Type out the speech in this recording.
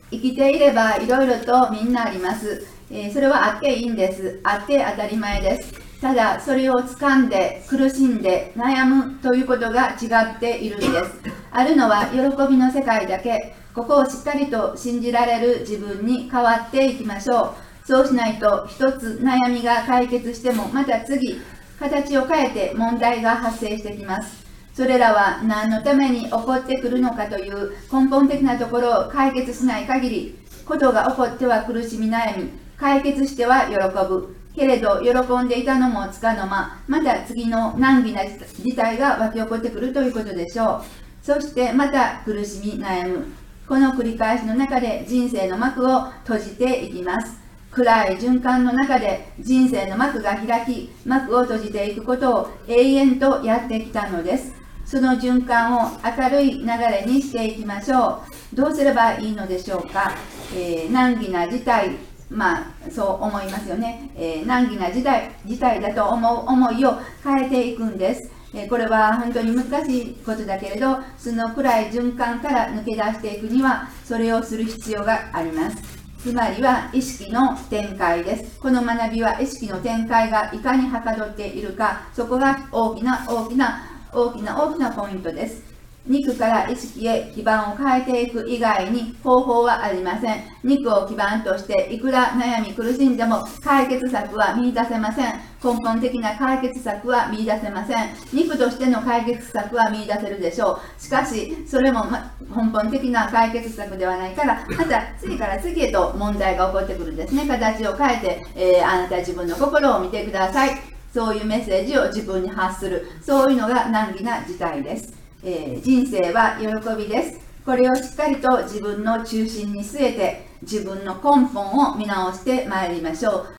生きていればいろいろとみんなあります。それはあっていいんです。あって当たり前です。ただ、それを掴んで、苦しんで、悩むということが違っているんです。あるのは喜びの世界だけ。ここをしっかりと信じられる自分に変わっていきましょう。そうしないと、一つ悩みが解決しても、また次、形を変えて問題が発生してきます。それらは何のために起こってくるのかという根本的なところを解決しない限り、ことが起こっては苦しみ悩み、解決しては喜ぶ。けれど、喜んでいたのもつかの間、また次の難儀な事態が湧き起こってくるということでしょう。そしてまた苦しみ悩む。この繰り返しの中で人生の幕を閉じていきます。暗い循環の中で人生の幕が開き、幕を閉じていくことを永遠とやってきたのです。その循環を明るい流れにしていきましょう。どうすればいいのでしょうか。難儀な事態、そう思いますよね。難儀な事態だと思う思いを変えていくんです。これは本当に難しいことだけれど、その暗い循環から抜け出していくには、それをする必要があります。つまりは意識の展開です。この学びは意識の展開がいかにはかどっているか、そこが大きなポイントです。肉から意識へ基盤を変えていく以外に方法はありません。肉を基盤としていくら悩み苦しんでも解決策は見出せません。根本的な解決策は見出せません。肉としての解決策は見出せるでしょう。しかし、それも根本的な解決策ではないから、また次から次へと問題が起こってくるんですね。形を変えて、あなた自分の心を見てください。そういうメッセージを自分に発する。そういうのが難儀な事態です。人生は喜びです。これをしっかりと自分の中心に据えて、自分の根本を見直してまいりましょう。